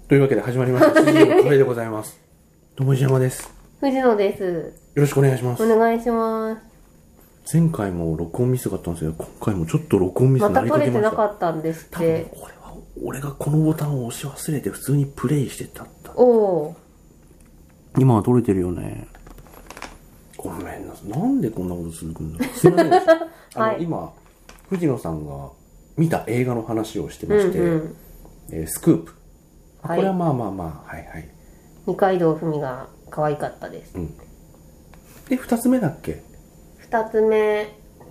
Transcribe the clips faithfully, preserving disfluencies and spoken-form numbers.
というわけで始まりました。辻のカフェでございます。どうも石山です。 藤野です。 よろしくお願いします。 お願いします。 前回も録音ミスがあったんですけど、今回もちょっと録音ミスがまたなりかけました。 取れてなかったんですって。 多分これは俺がこのボタンを押し忘れて普通にプレイしてたんだ。 おお。 今は取れてるよね。ごめんなさい。なんでこんなことするんだ。すいませんでした。あの、はい、今藤野さんが見た映画の話をしてまして、うんうん、えー、スクープ。これはまあまあまあ、はいはい。 二階堂ふみが可愛かったです。 うん、で二つ目だっけ？ 二つ目、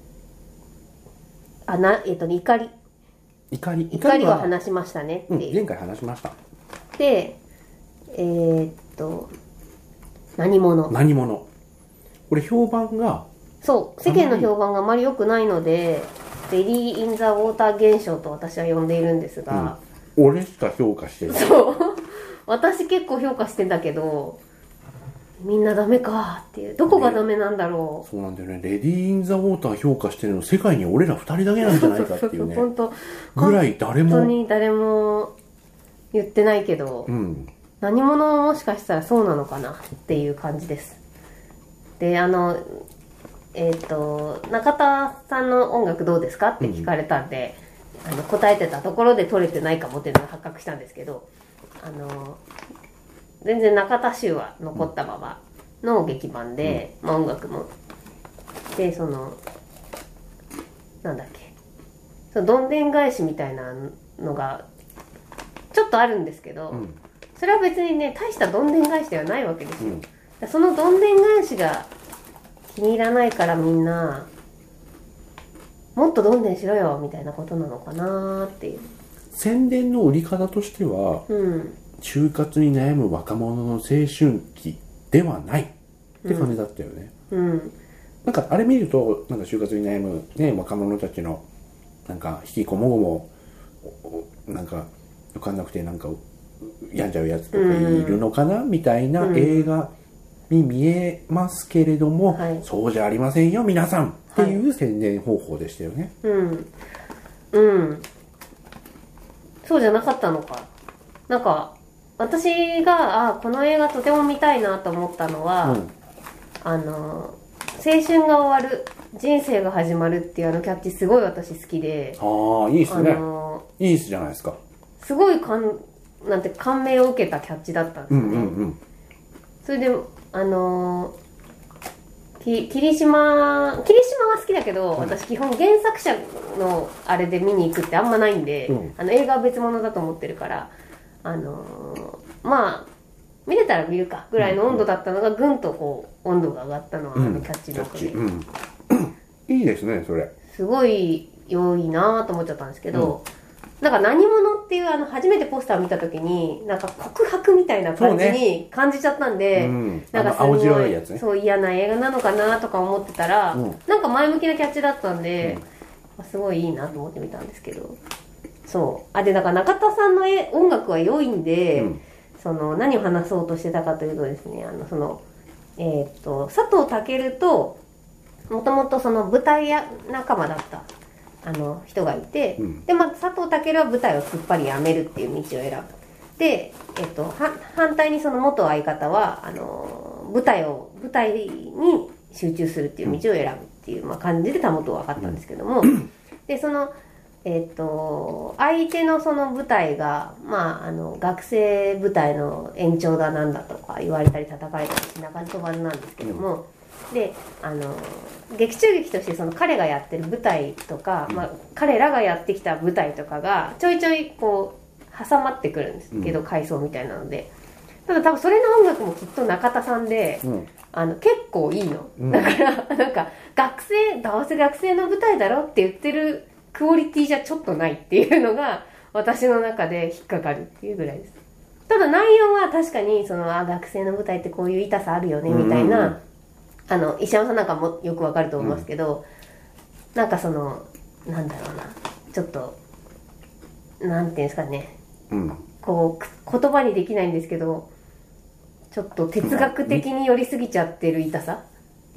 あなえっとね、怒り。 怒り。 怒りは話しましたねっていう。 うん、前回話しました。 で、えー、っと何者。 何者。これ評判が。 そう世間の評判があまり良くないので、レディー・イン・ザ・ウォーター現象と私は呼んでいるんですが。 うん、俺しか評価してる。 そう私結構評価してんだけどみんなダメかっていう。どこがダメなんだろう。 そうなんだよね。レディー・イン・ザ・ウォーター評価してるの世界に俺ら二人だけなんじゃないかっていうね。 本当ぐらい誰も本当に誰も言ってないけど、うん、何者ももしかしたらそうなのかなっていう感じです。であのえっ、ー、と中田さんの音楽どうですかって聞かれたんで、うん、あの答えてたところで取れてないかもっていうのが発覚したんですけど、あの全然中田集は残ったままの劇版で、うん、まあ、音楽もでそのなんだっけそのどんでん返しみたいなのがちょっとあるんですけど、うん、それは別にね大したどんでん返しではないわけですよ、うん、そのどんでん返しが気に入らないからみんなもっとどんでんしろよみたいなことなのかなっていう。 宣伝の売り方としては、うん、就活に悩む若者の青春期ではないって感じだったよね、うんうん、なんかあれ見るとなんか就活に悩む、ね、若者たちのなんか引きこもごもなんか受かんなくてなんか病んじゃうやつとかいるのかな、うん、みたいな映画に見えますけれども、はい、そうじゃありませんよ皆さんっていう宣伝方法でしたよね、 はい、うんうんそうじゃなかったのか。なんか私があこの映画とても見たいなと思ったのは、うん、あの青春が終わる人生が始まるっていうあのキャッチすごい私好きで。 ああいいっすね、あのー、いいっすじゃないですか。 すごいかんなんて感銘を受けたキャッチだったんですよね、うんうんうん、それであのー、き霧島霧島は好きだけど、うん、私基本原作者のあれで見に行くってあんまないんで、うん、あの映画は別物だと思ってるからあのー、まあ見れたら見るかぐらいの温度だったのがぐんとこう温度が上がったのは、うん、あのキャッチの子で、うん、 いいですねそれ。 すごい良いなと思っちゃったんですけど、うん、なんか何者っていうあの初めてポスター見た時になんか告白みたいな感じに感じちゃったんで、ね、うん、なんかすごい青白いやつね、そう嫌な映画なのかなとか思ってたら、うん、なんか前向きなキャッチだったんで、うん、すごいいいなと思ってみたんですけど。そうあでだから中田さんの音楽は良いんで、うん、その何を話そうとしてたかというとですね、あのそのえー、っと佐藤健ともともとその舞台や仲間だったあの人がいて、うん、でまあ佐藤健は舞台をすっぱりやめるっていう道を選ぶ。で、えー、っとは反対にその元相方はあの舞台を舞台に集中するっていう道を選ぶっていう、まあ、感じで保と分かったんですけども、うん、でそのえっと、相手のその舞台が、まあ、あの学生舞台の延長だなんだとか言われたり叩かれたりしなかとばなんですけども、うん、であの劇中劇としてその彼がやってる舞台とか、まあ、彼らがやってきた舞台とかがちょいちょいこう挟まってくるんですけど、うん、回想みたいなので、ただ多分それの音楽もきっと中田さんで、うん、あの結構いいの、うん、だからなんか学生どうせ学生の舞台だろって言ってるクオリティじゃちょっとないっていうのが私の中で引っかかるっていうぐらいです。ただ内容は確かにそのあ学生の舞台ってこういう痛さあるよねみたいな、うん、あの石山さんなんかもよくわかると思いますけど、うん、なんかそのなんだろうなちょっとなんていうんですかね、うん、こう言葉にできないんですけどちょっと哲学的に寄りすぎちゃってる痛さ、 うん、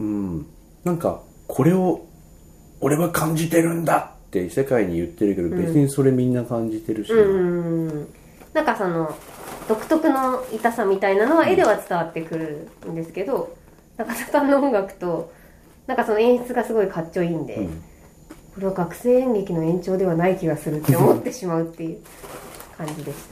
なんかこれを俺は感じてるんだって世界に言ってるけど、別にそれみんな感じてるしな、 うんうん、なんかその独特の痛さみたいなのは絵では伝わってくるんですけど、中田さんの音楽となんかその演出がすごいかっちょいいんで、うん、これは学生演劇の延長ではない気がするって思ってしまうっていう感じでした。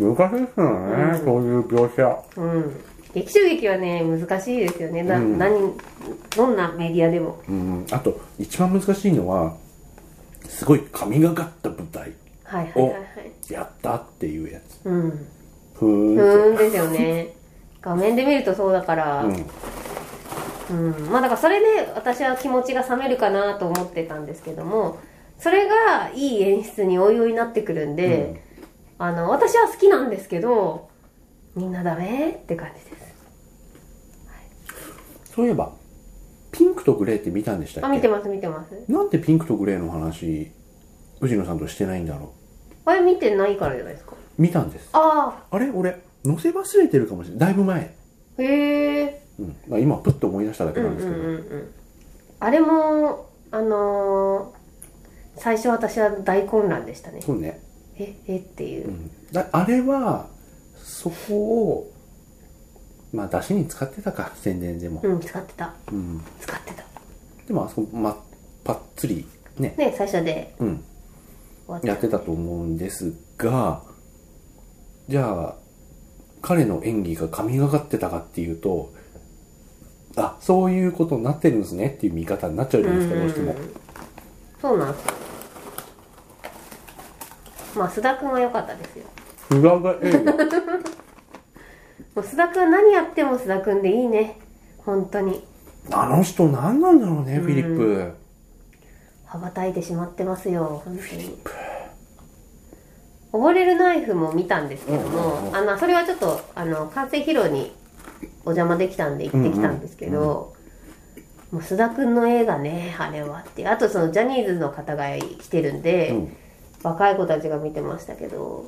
難しいですよね、うん、そういう描写。 うん。劇中劇はね難しいですよね。な、うん、何どんなメディアでも。 うん。あと一番難しいのはすごい神がかった舞台をやったっていうやつ。 うん。ふーん。ふーんですよね。画面で見るとそうだから。うんうん、まあだからそれで私は気持ちが冷めるかなと思ってたんですけども、それがいい演出においおいなってくるんで、うん、あの私は好きなんですけどみんなダメって感じです、はい、 そういえばピンクとグレーって見たんでしたっけ？ あ、見てます見てます。 なんでピンクとグレーの話藤野さんとしてないんだろう。あれ見てないからじゃないですか？ 見たんです。 あああれ俺載せ忘れてるかもしれない。だいぶ前。 へえ。 うんまあ、今プッと思い出しただけなんですけど、うんうんうんうん、 あれもあのー、最初私は大混乱でしたね。 そうね。 ええっていう、うん、 だあれはそこをまあ出しに使ってたか、宣伝でも。 うん、使ってた、うん、使ってた。 でもあそこ、ま、パッツリねね最初で、 うん、やってたと思うんですが、じゃあ彼の演技が神がかってたかっていうと、あ、そういうことになってるんですねっていう見方になっちゃうじゃないですか、どうしても。 そうなんですよ。まあ須田くんは良かったですよ。 須田が映画もう須田くんは何やっても須田くんでいいね、本当に。 あの人何なんだろうね、フィリップ。 羽ばたいてしまってますよ、本当に。フィリップ。溺れるナイフも見たんですけども、うんうんうん、あのそれはちょっとあの完成披露にお邪魔できたんで行ってきたんですけど、うんうんうん、もう須田くんの映画ね、あれはって。あとそのジャニーズの方が来てるんで、うん、若い子たちが見てましたけど、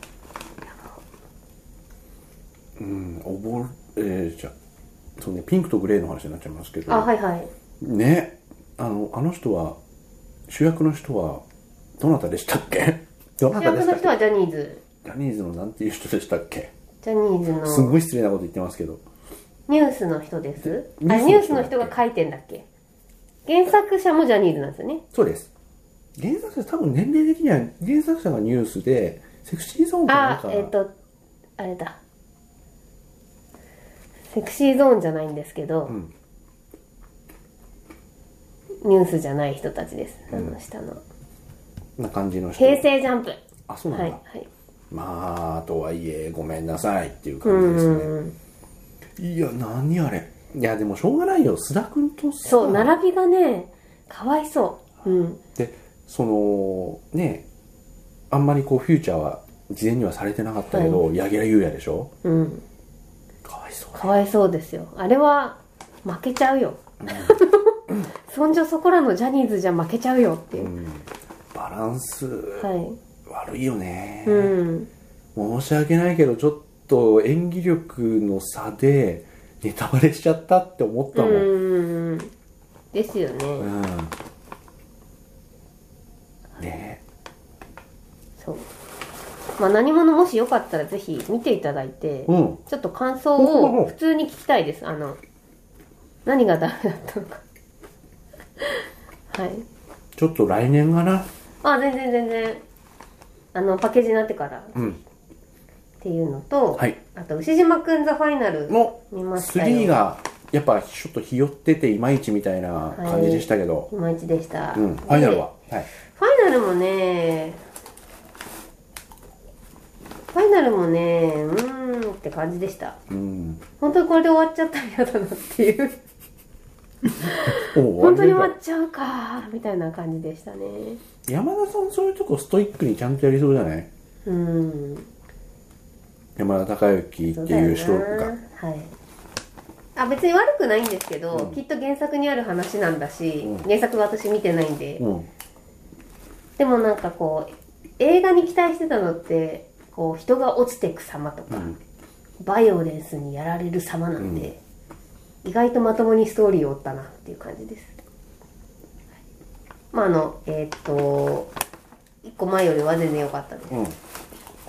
うん、溺れちゃそうね、ピンクとグレーの話になっちゃいますけど、 あ、はいはいね、あのあの人は主役の人はどなたでしたっけ？ 主役の人はジャニーズ。 ジャニーズのなんていう人でしたっけ？ ジャニーズの。 すごい失礼なこと言ってますけど。 ニュースの人です。あ、ニュースの人が書いてんだっけ？原作者もジャニーズなんですよね。 そうです。原作者多分年齢的には原作者がニュースで、セクシーゾーンかなんか。 あ、えっとあれだ。セクシーゾーンじゃないんですけど、うん、ニュースじゃない人たちです。あの下の。 な感じの人。 平成ジャンプ。 あ、そうなんだ。 はいはい、 まあとはいえごめんなさいっていう感じですね。うんうん、いや何あれ。いやでもしょうがないよ。須田君とさ。 そう並びがねかわいそう。うん、 でそのねあんまりこうフューチャーは事前にはされてなかったけど、はい、柳楽優弥でしょ。うん。かわいそう、ね。 かわいそうですよ。あれは負けちゃうよ。うん、そんじょそこらのジャニーズじゃ負けちゃうよっていう。うん、 バランス。 はい。 悪いよね、 うん、 申し訳ないけどちょっと演技力の差でネタバレしちゃったって思ったもん。 うんですよね、うん、 ねそうまあ何者もしよかったらぜひ見ていただいて、うん、ちょっと感想を普通に聞きたいです。あの何がダメだったのかはいちょっと来年かな。 あ全然全然あのパッケージになってから、うん、っていうのと、はい、あと牛島くんザファイナル見ましたよ。 スリーがやっぱちょっとひよってていまいちみたいな感じでしたけど、 はい、いまいちでした、 うん、ファイナルは、はい、 ファイナルもねファイナルもねうーんって感じでした、うん、本当にこれで終わっちゃったら嫌だなっていう本当に終わっちゃうかみたいな感じでしたね。 山田さんそういうとこストイックにちゃんとやりそうじゃない？うん。山田孝之っていう人が、はい、 あ別に悪くないんですけど、うん、きっと原作にある話なんだし、うん、原作私見てないんで、うん、でもなんかこう映画に期待してたのってこう人が落ちてく様とか、うん、バイオレンスにやられる様なんで、意外とまともにストーリーを追ったなっていう感じです。まああのえー、っといっこまえよりは全然良かったです、うん、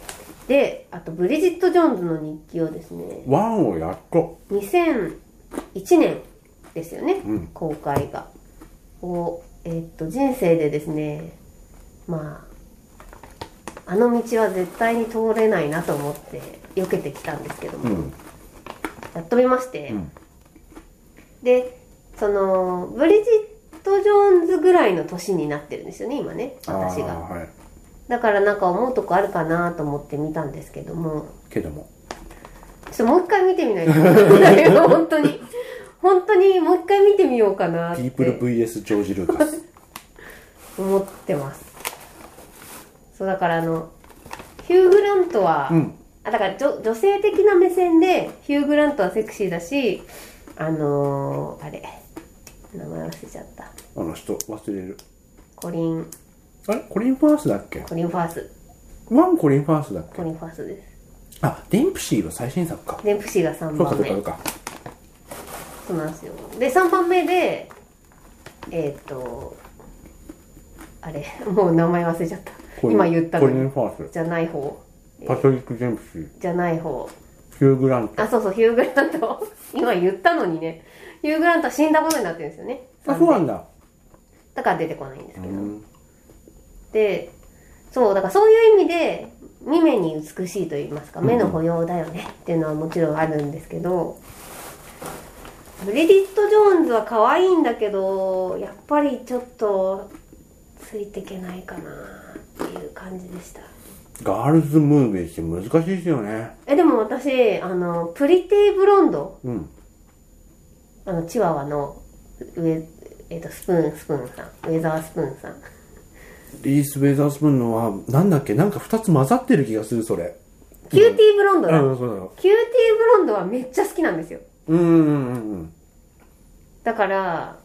で、あとブリジット・ジョーンズの日記をですね、 ワンをやっとにせんいちねんですよね、 うん、 公開がを、えー、っと人生でですね、まああの道は絶対に通れないなと思って避けてきたんですけども、うん、やっと見まして、うん、でそのブリジット・ジョーンズぐらいの年になってるんですよね今ね、私が、はい、だからなんか思うとこあるかなと思って見たんですけどもけどもちょっともう一回見てみないとないよ本当に本当にもう一回見てみようかなってピープル ブイエス ジョージ・ルーカス思ってます。そうだからあのヒュー・グラントは、うん、あだから女、女性的な目線でヒュー・グラントはセクシーだし、あのー、あれ名前忘れちゃった、 あの人忘れる、 コリンあれコリン・ファースだっけ、 コリン・ファースワンコリン・ファースだっけ、 コリン・ファースです。 あ、デンプシーは最新作か、 デンプシーがさんばんめ、 そうかそうかそうなんですよ。でさんばんめでえっ、ー、とあれもう名前忘れちゃった、今言ったのにじゃない方、 パトリック・デンプシーじゃない方、 ヒュー・グラント、 あそうそうヒュー・グラント今言ったのにね、ヒュー・グラントは死んだことになってるんですよね。 あ、そうなんだ、 だから出てこないんですけど、でそうだからそういう意味で見目に美しいと言いますか、目の保養だよねっていうのはもちろんあるんですけど、ブリディット・ジョーンズは可愛いんだけどやっぱりちょっとついていけないかなっていう感じでした。 ガールズムービーって難しいですよね。 えでも私あのプリティブロンド、 うん、 あのチワワの上、えー、とスプーンスプーンさん、ウェザースプーンさん、 リース・ウェザースプーンのはなんだっけ、なんかふたつ混ざってる気がする、それキューティーブロンドだ、 うん、そうだよ、 キューティーブロンドはめっちゃ好きなんですよ。 うんうんうんうん。だから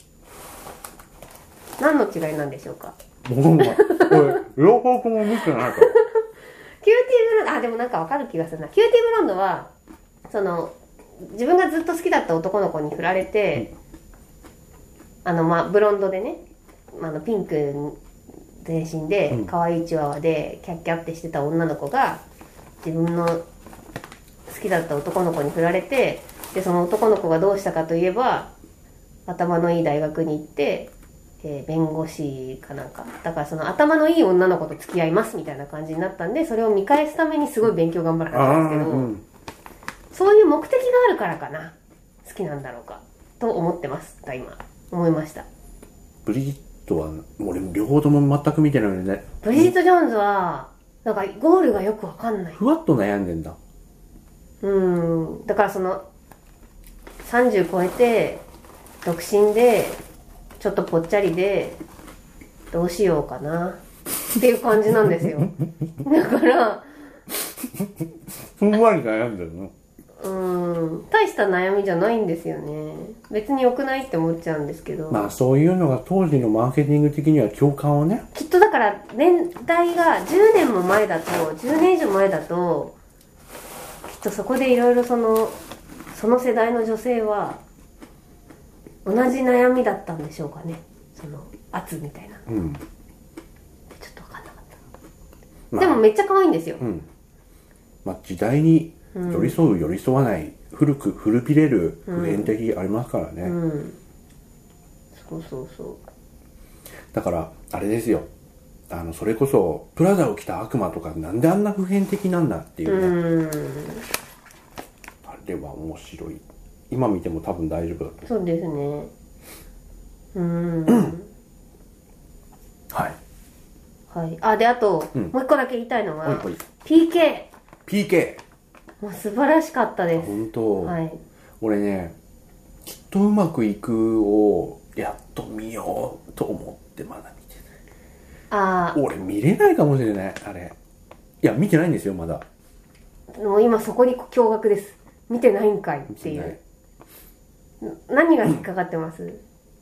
何の違いなんでしょうか。 もうこれ両方とも見てないからキューティーブロンド、あでもなんかわかる気がするな。キューティーブロンドはその自分がずっと好きだった男の子に振られて、うん、あのまあブロンドでね、あのピンク全身で可愛いチワワでキャッキャってしてた女の子が自分の好きだった男の子に振られて、でその男の子がどうしたかといえば頭のいい大学に行って、えー、弁護士かなんかだからその頭のいい女の子と付き合いますみたいな感じになったんで、それを見返すためにすごい勉強頑張らはったんですけど、うん、そういう目的があるからかな、好きなんだろうかと思ってますが今思いました。 ブリジットは俺両方とも全く見てないのでね。 ブリジット・ジョーンズはなんかゴールがよくわかんない、 ふわっと悩んでんだ。 うんだからそのさんじゅう超えて独身でちょっとぽっちゃりでどうしようかなっていう感じなんですよだからふんわり悩んでるの。 うん大した悩みじゃないんですよね。別に良くないって思っちゃうんですけど、 まあそういうのが当時のマーケティング的には共感をね、 きっとだから年代がじゅうねんも前だとじゅうねん以上前だときっとそこでいろいろそのその世代の女性は同じ悩みだったんでしょうかね、その圧みたいな、うん、ちょっと分かんなかった、まあ、でもめっちゃ可愛いんですよ、 うんまあ、時代に寄り添う、うん、寄り添わない古く古びれる普遍的ありますからね、うんうん、 そうそうそう。 だからあれですよ、あのそれこそプラダを着た悪魔とかなんであんな普遍的なんだっていうね、うんあれは面白い。今見ても多分大丈夫だと。 そうですね。うーん。 はい。 はい。あであと、うん、もう一個だけ言いたいのは、 はいはい、 ピーケー。 ピーケー。 もう素晴らしかったです。 本当。 はい。 俺ね、きっとうまくいくをやっと見ようと思ってまだ見てない。ああ。俺見れないかもしれないあれ。いや見てないんですよまだ。 もう今そこに驚愕です。見てないんかいっていう。何が引っかかってます？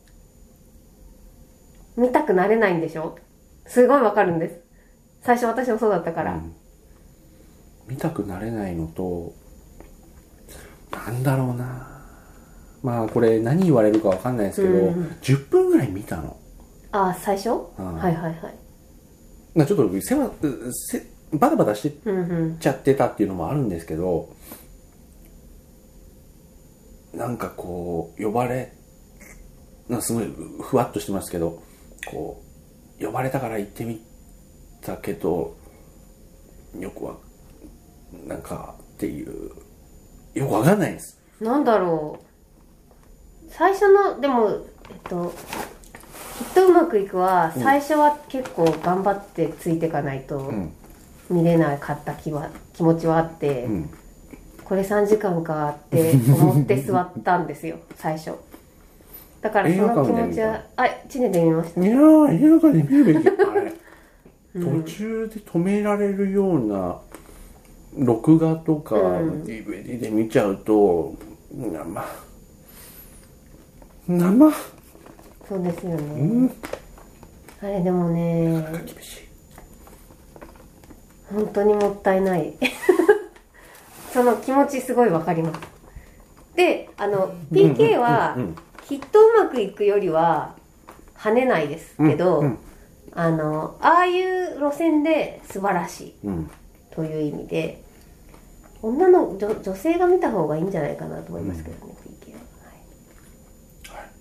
見たくなれないんでしょ？すごいわかるんです。最初私もそうだったから、うん、 見たくなれないのとなんだろうな、まあこれ何言われるかわかんないですけど、うん、じゅっぷんぐらい見たの。 ああ最初、うん、はいはいはい。 なちょっとせわせバタバタしてちゃってたっていうのもあるんですけど、なんかこう呼ばれなんかすごいふわっとしてますけど、こう呼ばれたから行ってみたけどよくはなんかっていうよくわかんないです。 なんだろう、最初のでもえっときっとうまくいくは最初は結構頑張ってついていかないと見れなかった気は気持ちはあって、うん、これさんじかんかって思って座ったんですよ最初。だからその気持ちはあチネで見ました。 いやー映画館で見るべきあれ、うん、途中で止められるような録画とか ディーブイディー で見ちゃうと、うん、生生そうですよね、うん、あれでもね厳しい、 本当にもったいないその気持ちすごいわかります。であの ピーケー はきっとうまくいくよりは跳ねないですけど、うんうん、あのああいう路線で素晴らしい、うん、という意味で女の 女, 女性が見た方がいいんじゃないかなと思いますけどね、うん、ピーケー は、はいはい、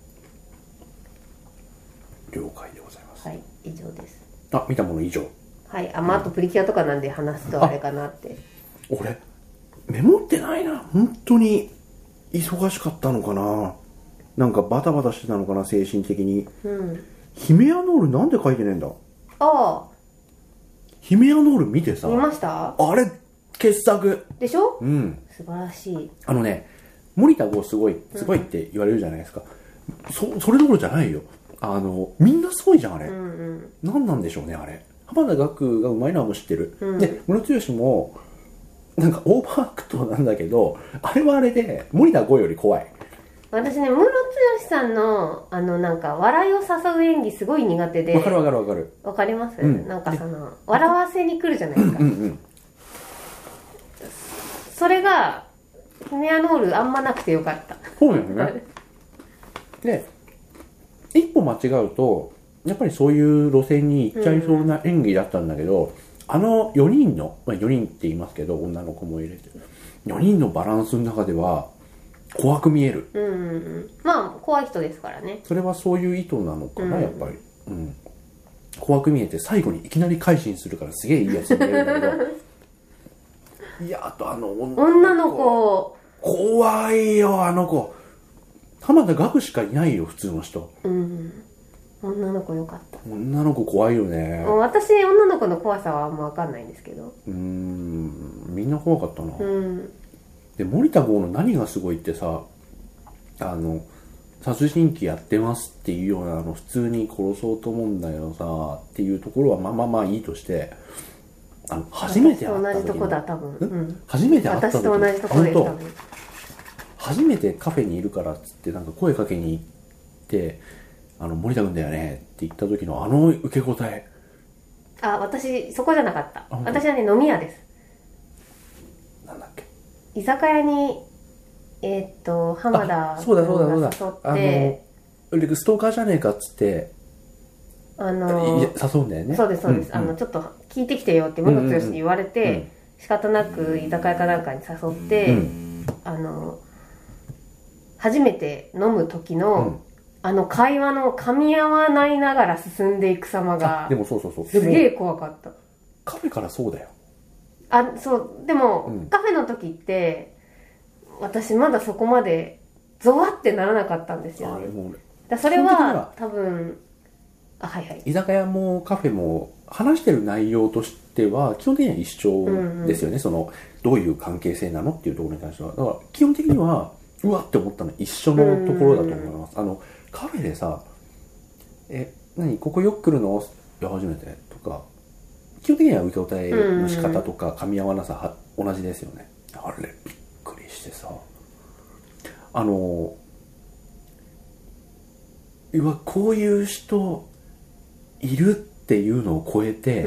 了解でございます。 はい、以上です。 あ、見たもの以上。 はい、あ、まあ、あとプリキュアとかなんで話すとあれかなって。 俺メモってないな。本当に忙しかったのかな。なんかバタバタしてたのかな精神的に。うん。ヒメアノールなんで書いてねえんだ。ああ。ヒメアノール見てさ。 見ました？ あれ傑作でしょ。 うん。 素晴らしい。 あのね、森田剛すごいすごいって言われるじゃないですか。うん、そそれどころじゃないよ。あのみんなすごいじゃんあれ。うんうん。何なんでしょうねあれ。浜田岳がうまいのはもう知ってる、うん、でムロツヨシもなんかオーバーアクトなんだけど、あれはあれで森田剛より怖い。 私ね、ムロツヨシさんのあのなんか笑いを誘う演技すごい苦手で。 わかるわかるわかる。 わかります、うん、なんかその笑わせに来るじゃないですか、うんうんうん、それがヒメアノールあんまなくてよかった。 そうですねで一歩間違うとやっぱりそういう路線に行っちゃいそうな演技だったんだけど、うん、あのよにんの、まあ、よにんって言いますけど女の子も入れてよにんのバランスの中では怖く見える、 うんうんうん、まあ怖い人ですからね。 それはそういう意図なのかな、うん、やっぱり、うん、怖く見えて最後にいきなり改心するからすげえいいやつに見えるんだけどいやあとあの女の子怖いよあの子。浜田岳しかいないよ普通の人。 うん女の子よかった。 女の子怖いよね。 私女の子の怖さはあんま分かんないんですけど。 うーんみんな怖かったな、うん、で森田剛の何がすごいってさ、あの殺人鬼やってますっていうようなあの普通に殺そうと思うんだよさっていうところはまあまあまあいいとして、あの初めて会った時の私と同じとこだ多分、うん、 初めて会った時私と同じとこです多分。 初めてカフェにいるからっつってなんか声かけに行ってあの森田君だよねって言った時のあの受け答え。 あ、私そこじゃなかった。私はね飲み屋です。 なんだっけ。 居酒屋にえー、っと浜田そうだそうだそうだ誘って、 あのストーカーじゃねえかっつってあの誘うんだよね。 そうですそうです、うんうん、あのちょっと聞いてきてよってムロツヨシに言われて、うんうんうん、仕方なく居酒屋かなんかに誘って、うん、あの初めて飲む時の、うん、あの会話の噛み合わないながら進んでいく様がでもそうそうそうすげえ怖かった。 カフェからそうだよ。 あ、そうでも、うん、カフェの時って私まだそこまでゾワってならなかったんですよ、ね、あれもだそれは多分あはいはい居酒屋もカフェも話してる内容としては基本的には一緒ですよね、うんうん、そのどういう関係性なのっていうところに関してはだから基本的にはうわって思ったのは一緒のところだと思います。あのカフェでさえ何ここよく来るのいや初めてとか基本的には受け答えの仕方とか噛み合わなさは同じですよね。あれびっくりしてさあのうわこういう人いるっていうのを超えて、うん、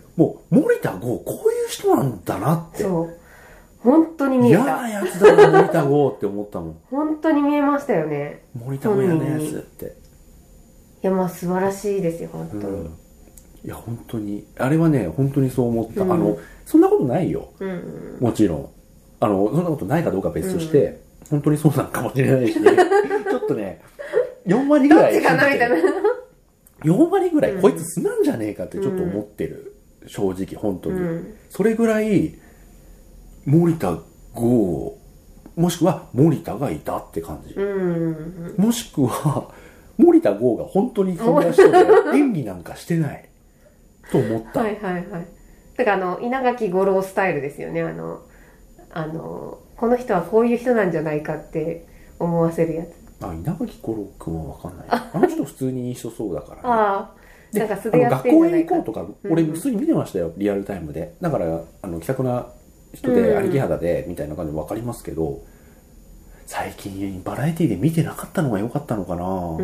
もう森田剛こういう人なんだなってそう本当に見えた。 嫌なやつだな森田剛って思ったもん本当に見えましたよね。 森田剛嫌なやつって。 いやまあ素晴らしいですよ本当に、うん、 いや本当にあれはね本当にそう思った、うん、あのそんなことないよ、うんうん、もちろんあのそんなことないかどうかは別として、うん、本当にそうなのかもしれないし、ね、ちょっとねよんわりぐらいどっちかなみたいなよんわりぐらい、うん、こいつ素なんじゃねえかってちょっと思ってる、うん、正直本当に、うん、それぐらい森田剛もしくは森田がいたって感じ、うんうん、もしくは森田剛が本当にそんな人で演技なんかしてないと思ったはいはいはいだからあの稲垣吾郎スタイルですよねあのあのこの人はこういう人なんじゃないかって思わせるやつあ稲垣吾郎くんは分かんないあの人普通にいい人そうだからねああなんか素でやってんじゃないか学校へ行こうとか俺普通に見てましたよ、うん、リアルタイムでだからあの気さくな人で兄貴肌でみたいな感じで分かりますけど、最近バラエティで見てなかったのが良かったのかな、うん、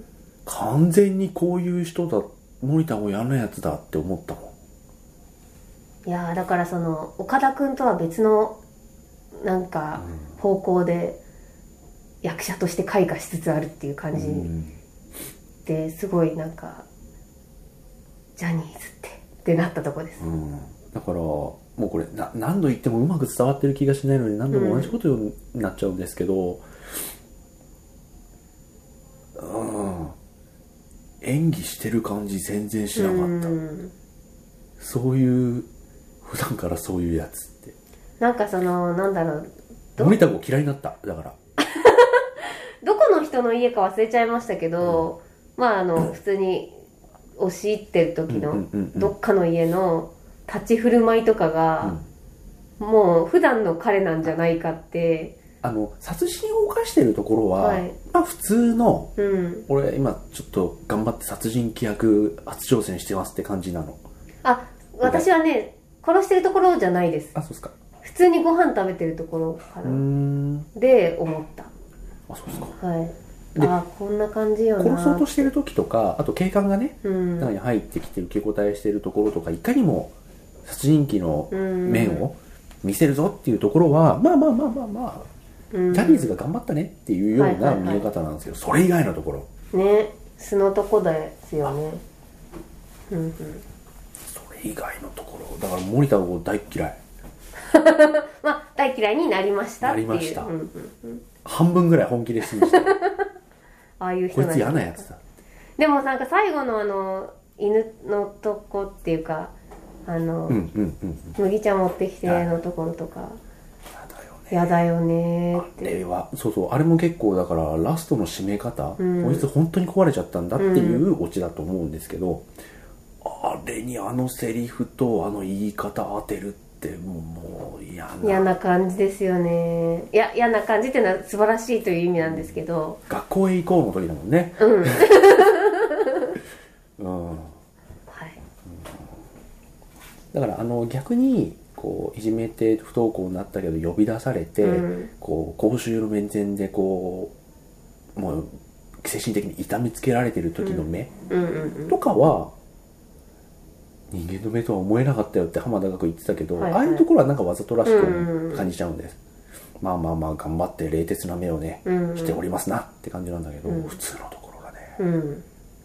完全にこういう人だ森田も嫌なやつだって思ったもんいやだからその岡田君とは別のなんか方向で役者として開花しつつあるっていう感じですごいなんかジャニーズってってなったとこです、うん、 だからもうこれな何度言ってもうまく伝わってる気がしないのに何度も同じことになっちゃうんですけど、うんうん、演技してる感じ全然しなかった、うん、そういう普段からそういうやつってなんかそのなんだろう森田も嫌いになっただからどこの人の家か忘れちゃいましたけど、うん、まああの普通に押し入ってる時のどっかの家の立ち振る舞いとかが、うん、もう普段の彼なんじゃないかってあの殺人を犯してるところは、はい、まあ普通の、うん、俺今ちょっと頑張って殺人鬼役初挑戦してますって感じなのあ私はね殺してるところじゃないですあそうですか普通にご飯食べてるところかなで思ったあそうですかはいあこんな感じよな殺そうとしてる時とかあと警官がね、うん、中に入ってきて受け答えしてるところとかいかにも殺人鬼の面を見せるぞっていうところは、うん、まあまあまあまあまあ、うん、ジャニーズが頑張ったねっていうような見え方なんですけど、はいはいはい、それ以外のところね素のとこですよね、うんうん、 それ以外のところだから森田を大嫌いまあ大嫌いになりましたっていうなりました、うんうんうん、半分ぐらい本気で信じたああいう人こいつ嫌なやつだでもなんか最後のあの犬のとこっていうかあの、うんうんうん、麦茶持ってきてのところとかやだよねーって。 あれはそうそうあれも結構だからラストの締め方、うん、こいつ本当に壊れちゃったんだっていうオチだと思うんですけど、うん、あれにあのセリフとあの言い方当てるってもう、もう嫌な嫌な感じですよね。いや嫌な感じっていうのは素晴らしいという意味なんですけど、 うん、学校へ行こうの時だもんねうん、うんだからあの逆にこういじめて不登校になったけど呼び出されて、うん、こう公衆の面前でこうもう精神的に痛みつけられてる時の目とかは人間の目とは思えなかったよって浜田学言ってたけど、はいはい、ああいうところはなんかわざとらしく感じちゃうんです、うん、まあまあまあ頑張って冷徹な目をね、うんうん、しておりますなって感じなんだけど、うん、普通のところがね、うん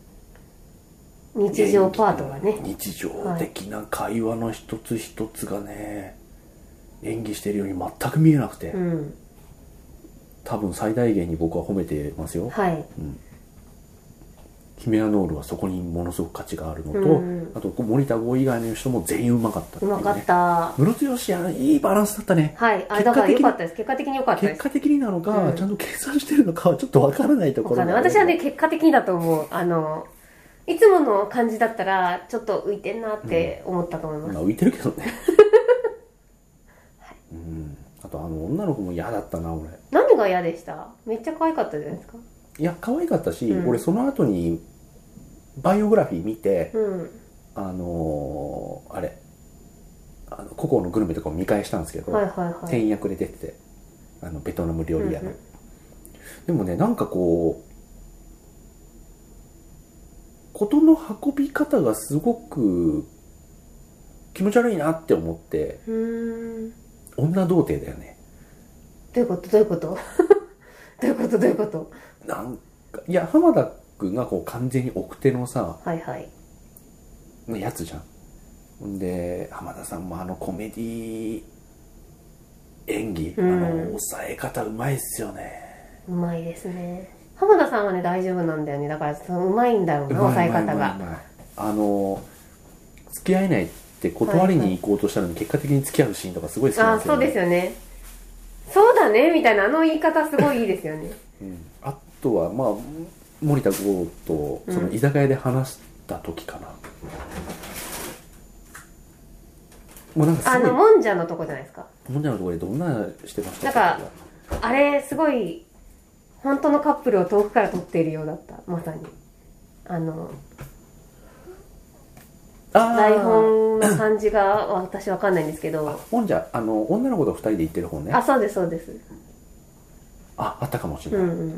日常パートがね日常的な会話の一つ一つがね、はい、演技してるように全く見えなくて、うん、多分最大限に僕は褒めてますよ、はいうん、ヒメアノールはそこにものすごく価値があるのと、うん、あと森田剛以外の人も全員うまかったっていう、ね、 うまかったムロツヨシいいバランスだったねはいあだから良かったです結果的に良かったです結果的になのか、うん、ちゃんと計算してるのかはちょっとわからないところが私はね結果的にだと思うあのいつもの感じだったらちょっと浮いてんなって思ったと思います、うん、 まあ浮いてるけどね、はいうん、あとあの女の子も嫌だったな俺何が嫌でした？めっちゃ可愛かったじゃないですかいや可愛かったし、うん、俺その後にバイオグラフィー見て、うん、あのー、あれあのココのグルメとかも見返したんですけど、はいはいはい、店員役で出ててあのベトナム料理屋の、うんうん、でもねなんかこう事の運び方がすごく気持ち悪いなって思ってうーん女童貞だよねどういうことどういうことどういうことどういうことなんかいや浜田君がこう完全に奥手のさ、 はいはい、 のやつじゃん。ほんで浜田さんもあのコメディ演技、うん、あの抑え方うまいっすよね。 うまいですね。浜田さんはね大丈夫なんだよね。だからそのうまいんだろうな、抑え方が。 あの付き合えないって断りに行こうとしたのに、はいはい、結果的に付き合うシーンとかすごい好きなんですよね。 あ、そうですよね。そうだねみたいなあの言い方すごいいいですよね。 うん、あとはまあ森田剛とその居酒屋で話した時かな、うん、もうなんかすごいあのもんじゃのとこじゃないですか。 もんじゃのところでどんなしてましたか。なんかあれすごい本当のカップルを遠くから撮っているようだった。まさにあの台本の感じが私わかんないんですけど。 もんじゃあの女の子と二人で行ってる方ね。 あ、そうですそうです。 あ、あったかもしれない。うんうん、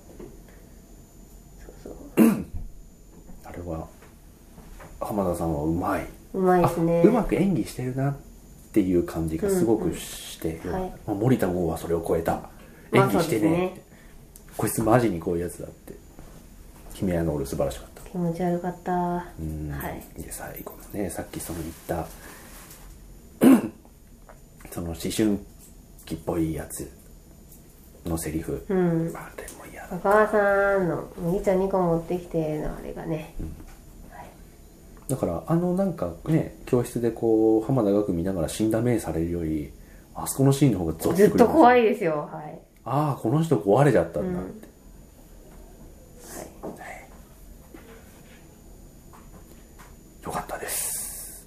そうそうあれは浜田さんはうまい。 うまいですね。 うまく演技してるなっていう感じがすごくして、うんうん、はい、まあ、森田剛はそれを超えた演技してね、まあ、ね、こいつマジにこういうやつだって。ヒメアノール素晴らしかった。 気持ち悪かった。うん、 はい、で最後のね、さっきその言ったその思春期っぽいやつのセリフ、うん、あれも嫌だった。 お母さんの麦茶にこ持ってきてのあれがね、うん、 はい、だからあのなんかね教室でこう浜田学見ながら死んだ目されるよりあそこのシーンの方がゾッとくる。 ずっと怖いですよ。はい、 ああこの人壊れちゃったんだって、うん、はい、よかったです。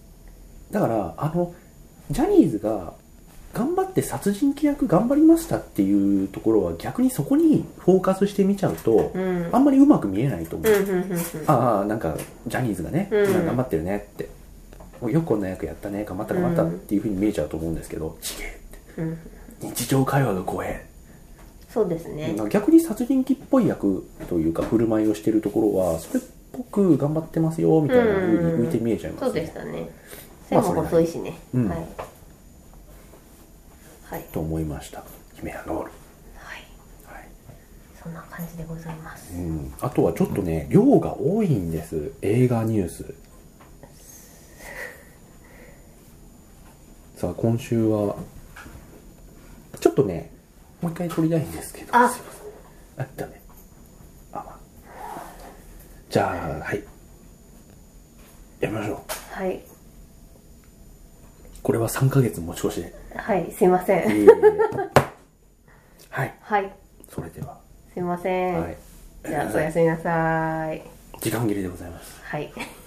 だからあのジャニーズが頑張って殺人鬼役頑張りましたっていうところは逆にそこにフォーカスしてみちゃうと、うん、あんまりうまく見えないと思う、うんうんうんうん、ああなんかジャニーズがね、うん、頑張ってるねって、よくこんな役やったね頑張った頑張ったっていう風に見えちゃうと思うんですけど、ちげえって、うん、日常会話が怖え。 そうですね。 逆に殺人鬼っぽい役というか振る舞いをしてるところはそれっぽく頑張ってますよみたいな風に浮いて見えちゃいますね。 そうでしたね。背も細いしね、まあ、うん、はい、はい、 と思いました。ヒメアノール、はい、 はい、そんな感じでございます、 うん、あとはちょっとね量が多いんです。映画ニュースさあ今週はちょっとねもう一回撮りたいんですけど、 あ、 すいません、あ、ダメ、あ、まあ、じゃあはいやめましょう。 はい、 これはさんかげつ持ち越しで、 はい、すいません、えー、 はい、 はい、 それではすいません、はい、じゃあおやすみなさい。 時間切れでございます。 はい